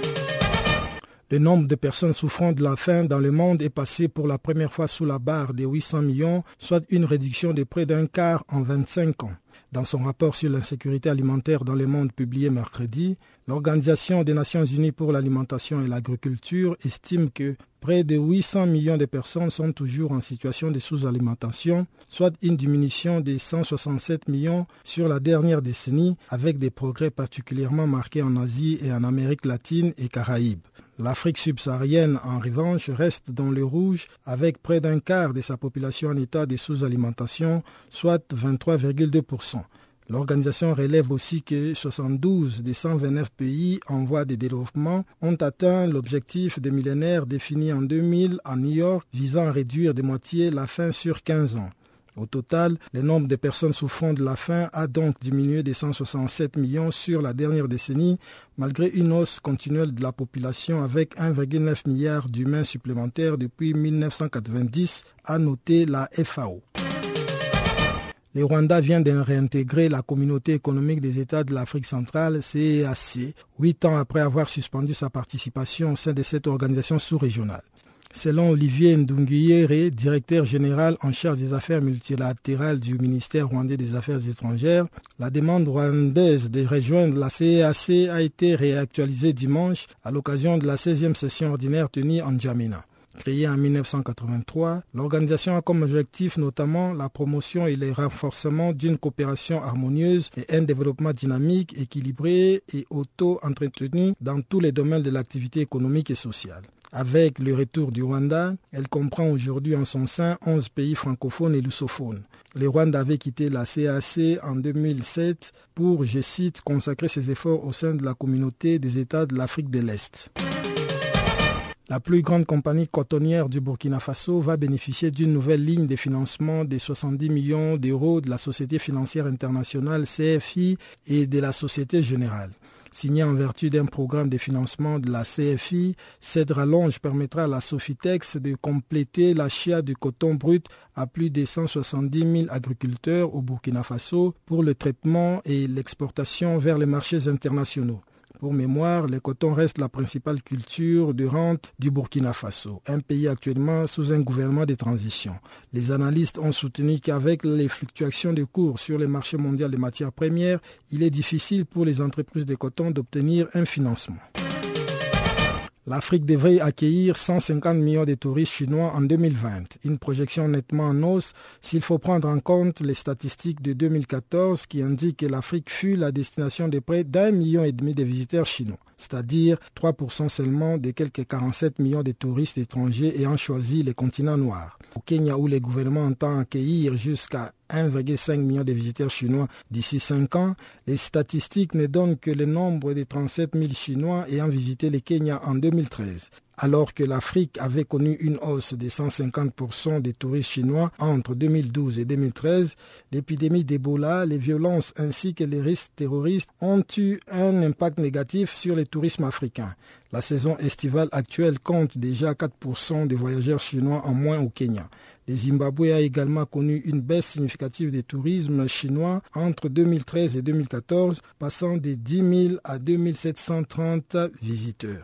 Le nombre de personnes souffrant de la faim dans le monde est passé pour la première fois sous la barre des huit cents millions, soit une réduction de près d'un quart en vingt-cinq ans. Dans son rapport sur l'insécurité alimentaire dans le monde publié mercredi, l'Organisation des Nations Unies pour l'alimentation et l'agriculture estime que près de huit cents millions de personnes sont toujours en situation de sous-alimentation, soit une diminution de cent soixante-sept millions sur la dernière décennie, avec des progrès particulièrement marqués en Asie et en Amérique latine et Caraïbes. L'Afrique subsaharienne, en revanche, reste dans le rouge avec près d'un quart de sa population en état de sous-alimentation, soit vingt-trois virgule deux pour cent. L'organisation relève aussi que soixante-douze des cent vingt-neuf pays en voie de développement ont atteint l'objectif des millénaires défini en deux mille à New York visant à réduire de moitié la faim sur quinze ans. Au total, le nombre de personnes souffrant de la faim a donc diminué de cent soixante-sept millions sur la dernière décennie, malgré une hausse continuelle de la population avec un virgule neuf milliard d'humains supplémentaires depuis mille neuf cent quatre-vingt-dix, a noté la F A O. Le Rwanda vient de réintégrer la communauté économique des États de l'Afrique centrale, C E A C, huit ans après avoir suspendu sa participation au sein de cette organisation sous-régionale. Selon Olivier Ndunguyere, directeur général en charge des affaires multilatérales du ministère rwandais des Affaires étrangères, la demande rwandaise de rejoindre la C E A C a été réactualisée dimanche à l'occasion de la seizième session ordinaire tenue en N'Djamena. Créée en mille neuf cent quatre-vingt-trois, l'organisation a comme objectif notamment la promotion et le renforcement d'une coopération harmonieuse et un développement dynamique, équilibré et auto-entretenu dans tous les domaines de l'activité économique et sociale. Avec le retour du Rwanda, elle comprend aujourd'hui en son sein onze pays francophones et lusophones. Le Rwanda avait quitté la C E A C en deux mille sept pour, je cite, consacrer ses efforts au sein de la communauté des États de l'Afrique de l'Est. La plus grande compagnie cotonnière du Burkina Faso va bénéficier d'une nouvelle ligne de financement de soixante-dix millions d'euros de la Société financière internationale C F I et de la Société Générale. Signée en vertu d'un programme de financement de la C F I, cette rallonge permettra à la Sofitex de compléter l'achat de coton brut à plus de cent soixante-dix mille agriculteurs au Burkina Faso pour le traitement et l'exportation vers les marchés internationaux. Pour mémoire, le coton reste la principale culture de rente du Burkina Faso, un pays actuellement sous un gouvernement de transition. Les analystes ont soutenu qu'avec les fluctuations de cours sur les marchés mondiaux des matières premières, il est difficile pour les entreprises de coton d'obtenir un financement. L'Afrique devrait accueillir cent cinquante millions de touristes chinois en deux mille vingt, une projection nettement en hausse s'il faut prendre en compte les statistiques de deux mille quatorze qui indiquent que l'Afrique fut la destination de près d'un million et demi de visiteurs chinois, c'est-à-dire trois pour cent seulement des quelques quarante-sept millions de touristes étrangers ayant choisi le continent noir. Au Kenya, où le gouvernement entend accueillir jusqu'à un virgule cinq million de visiteurs chinois d'ici cinq ans, les statistiques ne donnent que le nombre de trente-sept mille Chinois ayant visité le Kenya en deux mille treize. Alors que l'Afrique avait connu une hausse de cent cinquante pour cent des touristes chinois entre deux mille douze et deux mille treize, l'épidémie d'Ebola, les violences ainsi que les risques terroristes ont eu un impact négatif sur le tourisme africain. La saison estivale actuelle compte déjà quatre pour cent des voyageurs chinois en moins au Kenya. Le Zimbabwe a également connu une baisse significative du tourisme chinois entre deux mille treize et deux mille quatorze, passant de dix mille à deux mille sept cent trente visiteurs.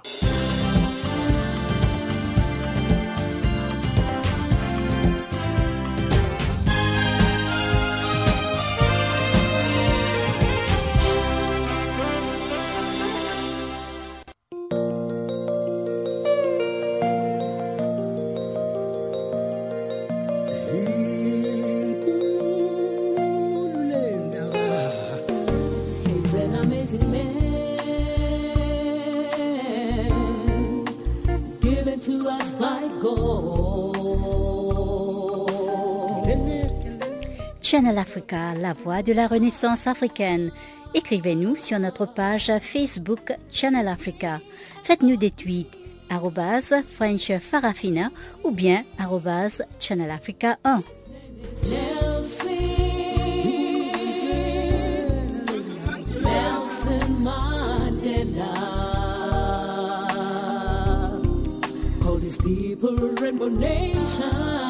to us by God. Channel Africa, la voix de la Renaissance africaine. Écrivez-nous sur notre page Facebook Channel Africa. Faites-nous des tweets arobase French Farafina ou bien arobase Channel Africa un. Nelson Mandela called his people Rainbow Nation.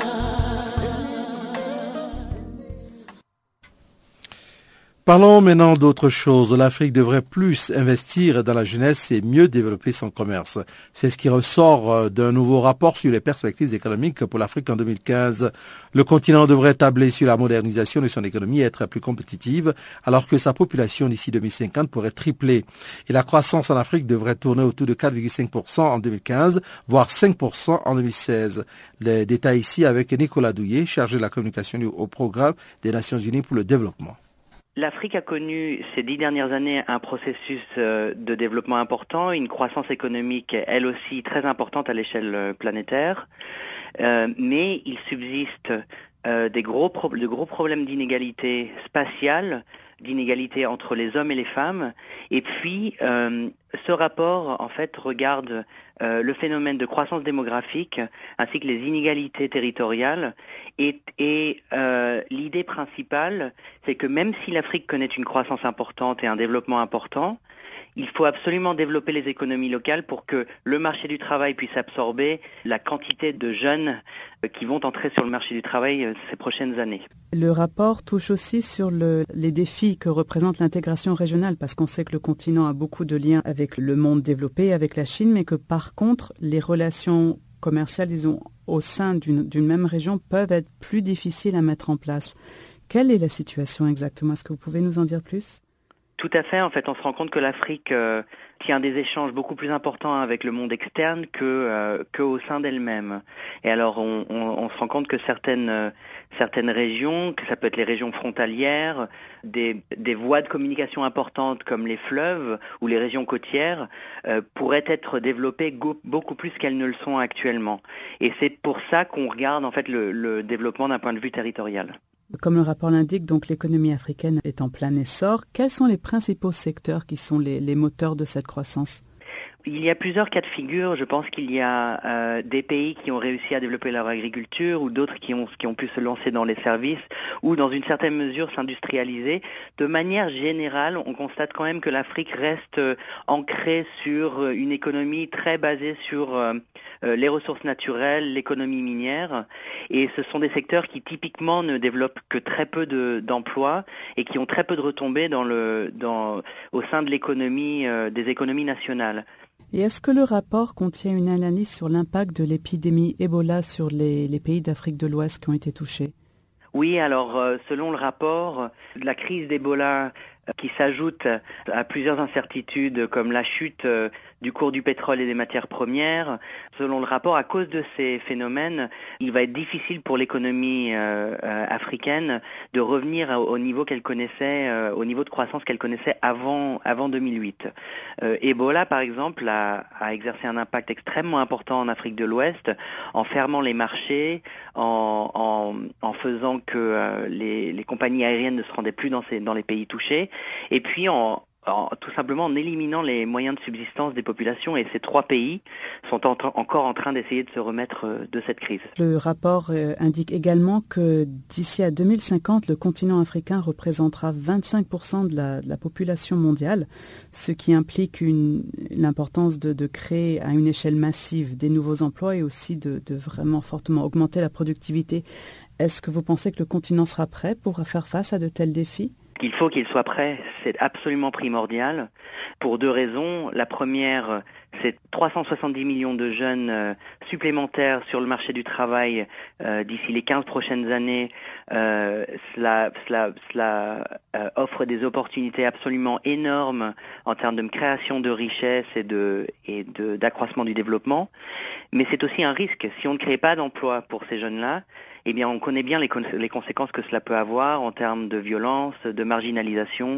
Parlons maintenant d'autre chose. L'Afrique devrait plus investir dans la jeunesse et mieux développer son commerce. C'est ce qui ressort d'un nouveau rapport sur les perspectives économiques pour l'Afrique en deux mille quinze. Le continent devrait tabler sur la modernisation de son économie et être plus compétitive, alors que sa population d'ici deux mille cinquante pourrait tripler. Et la croissance en Afrique devrait tourner autour de quatre virgule cinq pour cent en deux mille quinze, voire cinq pour cent en deux mille seize. Les détails ici avec Nicolas Douillet, chargé de la communication au programme des Nations Unies pour le développement. L'Afrique a connu ces dix dernières années un processus de développement important, une croissance économique elle aussi très importante à l'échelle planétaire, euh, mais il subsiste euh, des gros pro- de gros problèmes d'inégalité spatiale, d'inégalité entre les hommes et les femmes, et puis euh, ce rapport en fait regarde euh, le phénomène de croissance démographique ainsi que les inégalités territoriales et, et euh, l'idée principale c'est que même si l'Afrique connaît une croissance importante et un développement important, il faut absolument développer les économies locales pour que le marché du travail puisse absorber la quantité de jeunes qui vont entrer sur le marché du travail ces prochaines années. Le rapport touche aussi sur le, les défis que représente l'intégration régionale, parce qu'on sait que le continent a beaucoup de liens avec le monde développé, avec la Chine, mais que par contre, les relations commerciales, disons, au sein d'une, d'une même région peuvent être plus difficiles à mettre en place. Quelle est la situation exactement? Est-ce que vous pouvez nous en dire plus? Tout à fait. En fait, on se rend compte que l'Afrique euh, tient des échanges beaucoup plus importants avec le monde externe que euh, que au sein d'elle-même. Et alors, on, on, on se rend compte que certaines euh, certaines régions, que ça peut être les régions frontalières, des des voies de communication importantes comme les fleuves ou les régions côtières, euh, pourraient être développées go- beaucoup plus qu'elles ne le sont actuellement. Et c'est pour ça qu'on regarde en fait le, le développement d'un point de vue territorial. Comme le rapport l'indique, donc l'économie africaine est en plein essor. Quels sont les principaux secteurs qui sont les, les moteurs de cette croissance? Il y a plusieurs cas de figure. Je pense qu'il y a euh, des pays qui ont réussi à développer leur agriculture ou d'autres qui ont, qui ont pu se lancer dans les services ou dans une certaine mesure s'industrialiser. De manière générale, on constate quand même que l'Afrique reste euh, ancrée sur une économie très basée sur euh, euh, les ressources naturelles, l'économie minière. Et ce sont des secteurs qui typiquement ne développent que très peu de, d'emplois et qui ont très peu de retombées dans le, dans, au sein de l'économie, euh, des économies nationales. Et est-ce que le rapport contient une analyse sur l'impact de l'épidémie Ebola sur les, les pays d'Afrique de l'Ouest qui ont été touchés? Oui, alors euh, selon le rapport, la crise d'Ebola euh, qui s'ajoute à plusieurs incertitudes comme la chute euh, du cours du pétrole et des matières premières, selon le rapport, à cause de ces phénomènes, il va être difficile pour l'économie euh, euh, africaine de revenir au, au niveau qu'elle connaissait, euh, au niveau de croissance qu'elle connaissait avant avant deux mille huit. Euh, Ebola, par exemple, a, a exercé un impact extrêmement important en Afrique de l'Ouest, en fermant les marchés, en, en, en faisant que euh, les, les compagnies aériennes ne se rendaient plus dans, ces, dans les pays touchés, et puis en En, tout simplement en éliminant les moyens de subsistance des populations, et ces trois pays sont en, encore en train d'essayer de se remettre de cette crise. Le rapport euh, indique également que d'ici à deux mille cinquante, le continent africain représentera vingt-cinq pour cent de la, de la population mondiale, ce qui implique une, l'importance de, de créer à une échelle massive des nouveaux emplois et aussi de, de vraiment fortement augmenter la productivité. Est-ce que vous pensez que le continent sera prêt pour faire face à de tels défis? Il faut qu'il soit prêt, c'est absolument primordial, pour deux raisons. La première, c'est trois cent soixante-dix millions de jeunes euh, supplémentaires sur le marché du travail euh, d'ici les quinze prochaines années. Euh, cela cela, cela euh, offre des opportunités absolument énormes en termes de création de richesses et de et de, d'accroissement du développement. Mais c'est aussi un risque. Si on ne crée pas d'emplois pour ces jeunes-là, eh bien, on connaît bien les, con- les conséquences que cela peut avoir en termes de violence, de marginalisation,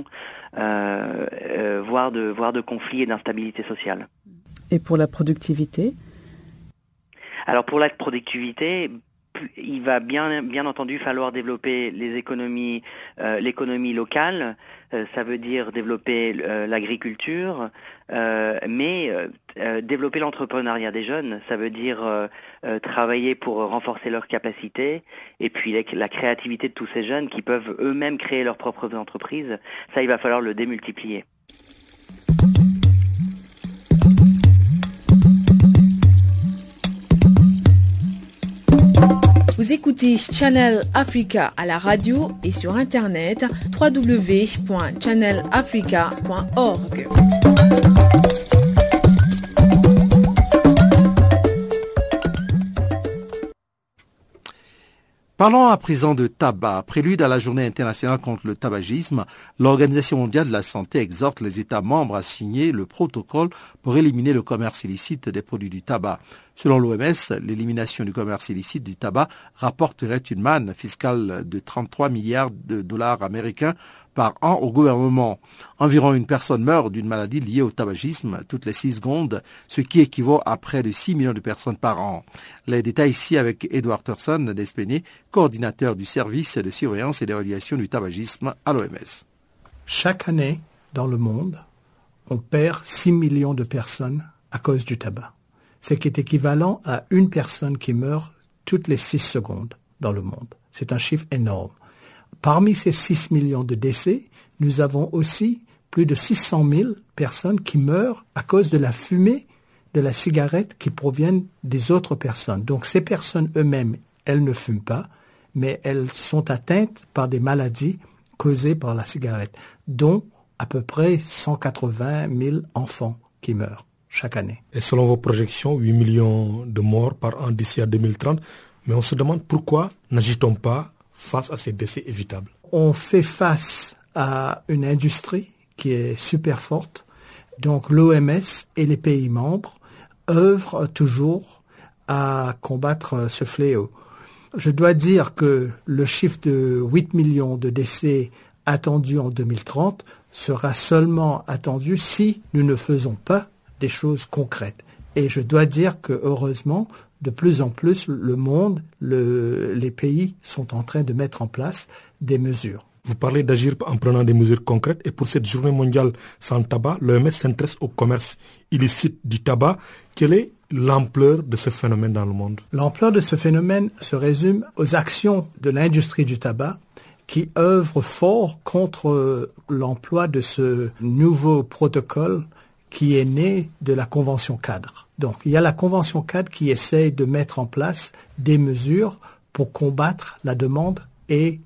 euh, euh, voire de, voire de conflits et d'instabilité sociale. Et pour la productivité ? Alors pour la productivité, il va bien, bien entendu falloir développer les économies, euh, l'économie locale. Euh, ça veut dire développer euh, l'agriculture, euh, mais euh, développer l'entrepreneuriat des jeunes. Ça veut dire euh, euh, travailler pour renforcer leurs capacités et puis la, la créativité de tous ces jeunes qui peuvent eux-mêmes créer leurs propres entreprises. Ça, il va falloir le démultiplier. Vous écoutez Channel Africa à la radio et sur internet w w w point channel africa point org. Parlons à présent de tabac. Prélude à la journée internationale contre le tabagisme, l'Organisation mondiale de la santé exhorte les États membres à signer le protocole pour éliminer le commerce illicite des produits du tabac. Selon l'O M S, l'élimination du commerce illicite du tabac rapporterait une manne fiscale de trente-trois milliards de dollars américains par an au gouvernement. Environ une personne meurt d'une maladie liée au tabagisme toutes les six secondes, ce qui équivaut à près de six millions de personnes par an. Les détails ici avec Edward Thurston d'Espéné, coordinateur du service de surveillance et d'évaluation du tabagisme à l'O M S. Chaque année, dans le monde, on perd six millions de personnes à cause du tabac, ce qui est équivalent à une personne qui meurt toutes les six secondes dans le monde. C'est un chiffre énorme. Parmi ces six millions de décès, nous avons aussi plus de six cent mille personnes qui meurent à cause de la fumée de la cigarette qui proviennent des autres personnes. Donc ces personnes eux-mêmes, elles ne fument pas, mais elles sont atteintes par des maladies causées par la cigarette, dont à peu près cent quatre-vingt mille enfants qui meurent chaque année. Et selon vos projections, huit millions de morts par an d'ici à deux mille trente, mais on se demande pourquoi n'agit-on pas face à ces décès évitables? On fait face à une industrie qui est super forte. Donc l'O M S et les pays membres œuvrent toujours à combattre ce fléau. Je dois dire que le chiffre de huit millions de décès attendus en deux mille trente sera seulement attendu si nous ne faisons pas des choses concrètes. Et je dois dire que heureusement, de plus en plus, le monde, le, les pays sont en train de mettre en place des mesures. Vous parlez d'agir en prenant des mesures concrètes et pour cette journée mondiale sans tabac, l'O M S s'intéresse au commerce illicite du tabac. Quelle est l'ampleur de ce phénomène dans le monde? L'ampleur de ce phénomène se résume aux actions de l'industrie du tabac qui œuvre fort contre l'emploi de ce nouveau protocole qui est né de la Convention cadre. Donc, il y a la Convention cadre qui essaye de mettre en place des mesures pour combattre la demande et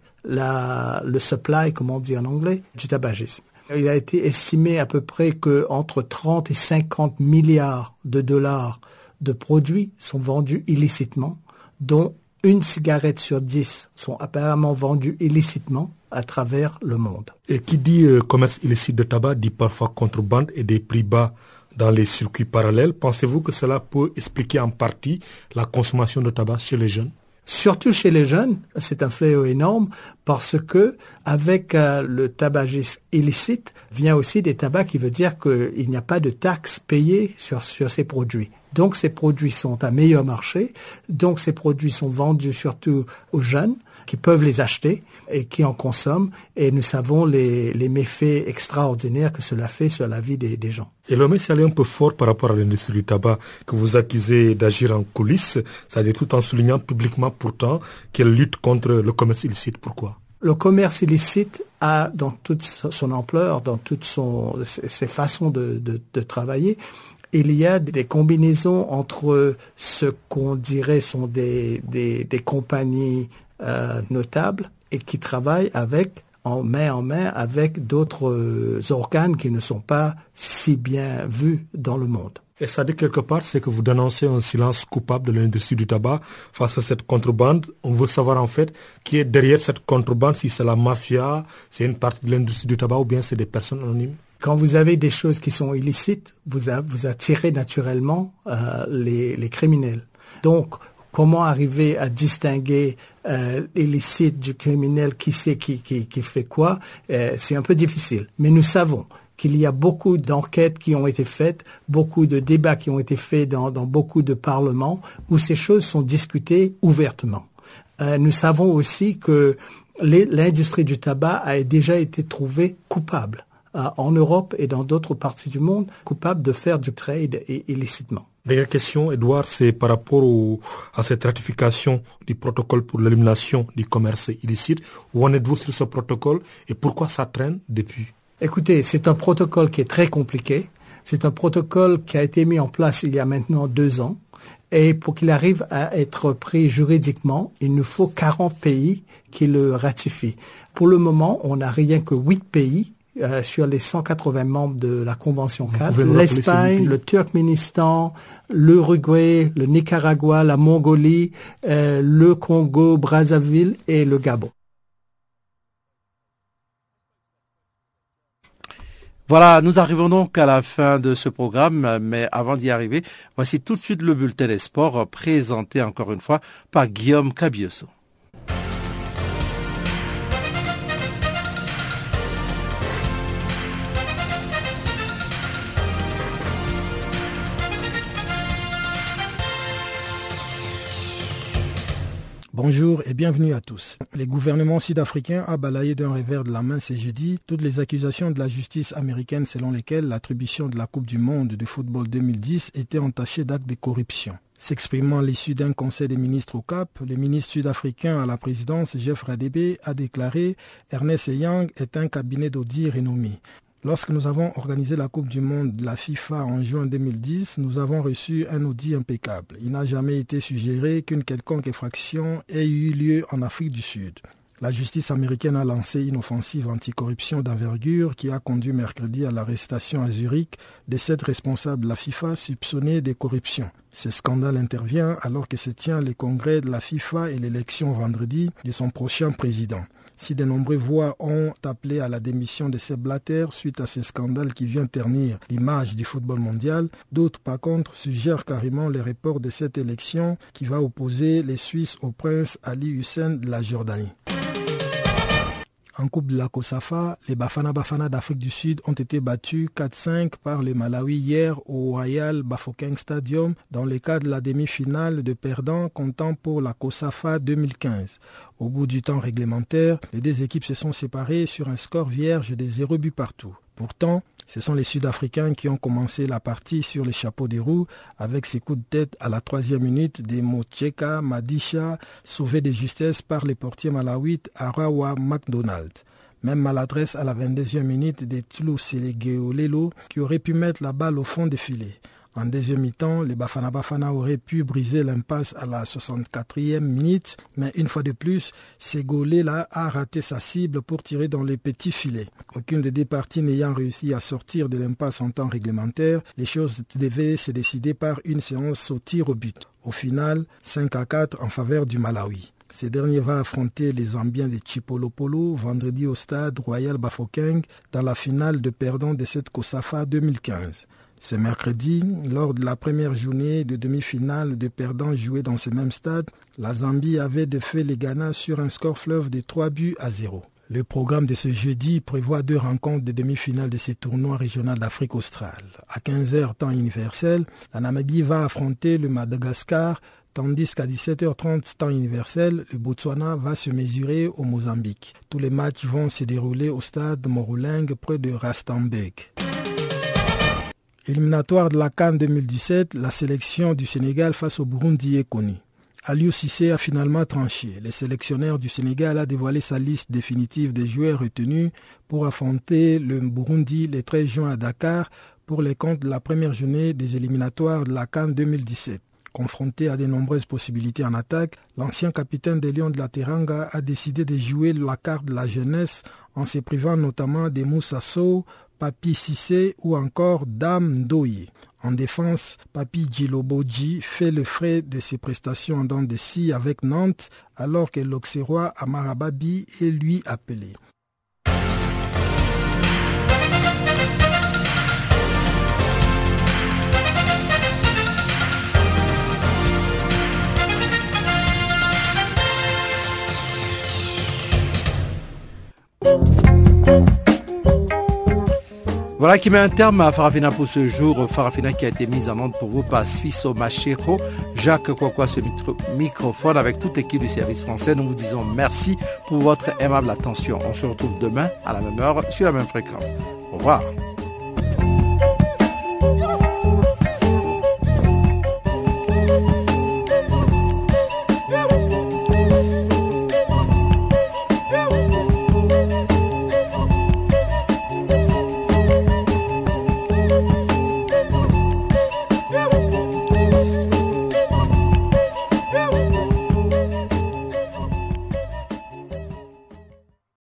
la, le supply, comme on dit en anglais, du tabagisme. Il a été estimé à peu près qu'entre trente et cinquante milliards de dollars de produits sont vendus illicitement, dont une cigarette sur dix sont apparemment vendues illicitement à travers le monde. Et qui dit euh, commerce illicite de tabac dit parfois contrebande et des prix bas dans les circuits parallèles. Pensez-vous que cela peut expliquer en partie la consommation de tabac chez les jeunes? Surtout chez les jeunes, c'est un fléau énorme parce que avec euh, le tabagisme illicite vient aussi des tabacs qui veut dire qu'il n'y a pas de taxes payées sur, sur ces produits. Donc ces produits sont à meilleur marché, donc ces produits sont vendus surtout aux jeunes qui peuvent les acheter et qui en consomment et nous savons les, les méfaits extraordinaires que cela fait sur la vie des, des gens. Et l'O M S est allé un peu fort par rapport à l'industrie du tabac que vous accusez d'agir en coulisses, c'est-à-dire tout en soulignant publiquement pourtant qu'elle lutte contre le commerce illicite. Pourquoi? Le commerce illicite a, dans toute son ampleur, dans toutes son, ses façons de, de, de travailler, il y a des combinaisons entre ce qu'on dirait sont des, des, des compagnies euh, notables et qui travaillent avec, en main en main avec d'autres euh, organes qui ne sont pas si bien vus dans le monde. Et ça dit quelque part, c'est que vous dénoncez un silence coupable de l'industrie du tabac face à cette contrebande. On veut savoir en fait qui est derrière cette contrebande, si c'est la mafia, c'est une partie de l'industrie du tabac ou bien c'est des personnes anonymes. Quand vous avez des choses qui sont illicites, vous, a, vous attirez naturellement euh, les, les criminels. Donc, comment arriver à distinguer euh, l'illicite du criminel, qui sait qui, qui, qui fait quoi, euh, c'est un peu difficile. Mais nous savons qu'il y a beaucoup d'enquêtes qui ont été faites, beaucoup de débats qui ont été faits dans, dans beaucoup de parlements où ces choses sont discutées ouvertement. Euh, nous savons aussi que les, l'industrie du tabac a déjà été trouvée coupable euh, en Europe et dans d'autres parties du monde, coupable de faire du trade illicitement. Dernière question, Edouard, c'est par rapport au, à cette ratification du protocole pour l'élimination du commerce illicite. Où en êtes-vous sur ce protocole et pourquoi ça traîne depuis ? Écoutez, c'est un protocole qui est très compliqué. C'est un protocole qui a été mis en place il y a maintenant deux ans. Et pour qu'il arrive à être pris juridiquement, il nous faut quarante pays qui le ratifient. Pour le moment, on n'a rien que huit pays euh, sur les cent quatre-vingts membres de la Convention cadre. L'Espagne, le Turkménistan, l'Uruguay, le Nicaragua, la Mongolie, euh, le Congo, Brazzaville et le Gabon. Voilà, nous arrivons donc à la fin de ce programme, mais avant d'y arriver, voici tout de suite le bulletin des sports présenté encore une fois par Guillaume Cabioso. Bonjour et bienvenue à tous. Le gouvernement sud-africain a balayé d'un revers de la main ce jeudi toutes les accusations de la justice américaine selon lesquelles l'attribution de la Coupe du Monde de football deux mille dix était entachée d'actes de corruption. S'exprimant à l'issue d'un conseil des ministres au Cap, le ministre sud-africain à la présidence, Jeff Radebe, a déclaré « Ernst and Young est un cabinet d'audit renommé ». Lorsque nous avons organisé la Coupe du Monde de la FIFA en juin deux mille dix, nous avons reçu un audit impeccable. Il n'a jamais été suggéré qu'une quelconque infraction ait eu lieu en Afrique du Sud. La justice américaine a lancé une offensive anticorruption d'envergure qui a conduit mercredi à l'arrestation à Zurich de sept responsables de la FIFA soupçonnés de corruption. Ce scandale intervient alors que se tient le congrès de la FIFA et l'élection vendredi de son prochain président. Si de nombreuses voix ont appelé à la démission de Sepp Blatter suite à ce scandale qui vient ternir l'image du football mondial, d'autres par contre suggèrent carrément le report de cette élection qui va opposer les Suisses au prince Ali Hussein de la Jordanie. En Coupe de la COSAFA, les Bafana Bafana d'Afrique du Sud ont été battus quatre cinq par le Malawi hier au Royal Bafokeng Stadium dans le cadre de la demi-finale de perdants comptant pour la COSAFA deux mille quinze. Au bout du temps réglementaire, les deux équipes se sont séparées sur un score vierge de zéro but partout. Pourtant, ce sont les Sud-Africains qui ont commencé la partie sur les chapeaux des roues avec ses coups de tête à la troisième minute des Mocheka Madisha sauvés de justesse par les portiers malawite Arawa McDonald. Même maladresse à la vingt-deuxième minute des Tlusegeolelo qui auraient pu mettre la balle au fond des filets. En deuxième mi-temps, les Bafana Bafana auraient pu briser l'impasse à la soixante-quatrième minute, mais une fois de plus, Segolela a raté sa cible pour tirer dans les petits filets. Aucune des deux parties n'ayant réussi à sortir de l'impasse en temps réglementaire, les choses devaient se décider par une séance au tir au but. Au final, cinq à quatre en faveur du Malawi. Ce dernier va affronter les Zambiens de Chipolopolo vendredi au stade Royal Bafokeng dans la finale de perdants de cette COSAFA deux mille quinze. Ce mercredi, lors de la première journée de demi-finale de perdants joués dans ce même stade, la Zambie avait défait les Ghana sur un score fleuve de trois buts à zéro. Le programme de ce jeudi prévoit deux rencontres de demi-finale de ce tournoi régional d'Afrique australe. À quinze heures temps universel, la Namibie va affronter le Madagascar, tandis qu'à dix-sept heures trente temps universel, le Botswana va se mesurer au Mozambique. Tous les matchs vont se dérouler au stade Moruling près de Rustenburg. Éliminatoire de la CAN deux mille dix-sept, la sélection du Sénégal face au Burundi est connue. Aliou Cissé a finalement tranché. Le sélectionneur du Sénégal a dévoilé sa liste définitive des joueurs retenus pour affronter le Burundi le treize juin à Dakar pour les comptes de la première journée des éliminatoires de la CAN deux mille dix-sept. Confronté à de nombreuses possibilités en attaque, l'ancien capitaine des Lions de la Teranga a décidé de jouer la carte de la jeunesse en se privant notamment des Moussa Sow, Papi Cissé ou encore Dame Ndoye. En défense, Papi Djiloboji fait le frais de ses prestations en dents de scie avec Nantes, alors que l'Auxerrois Amarababi est lui appelé. Voilà. Voilà qui met un terme à Farafina pour ce jour. Farafina qui a été mise en onde pour vous par Suisso Machero, Jacques Kwakwa, ce micro- microphone avec toute l'équipe du service français. Nous vous disons merci pour votre aimable attention. On se retrouve demain à la même heure sur la même fréquence. Au revoir.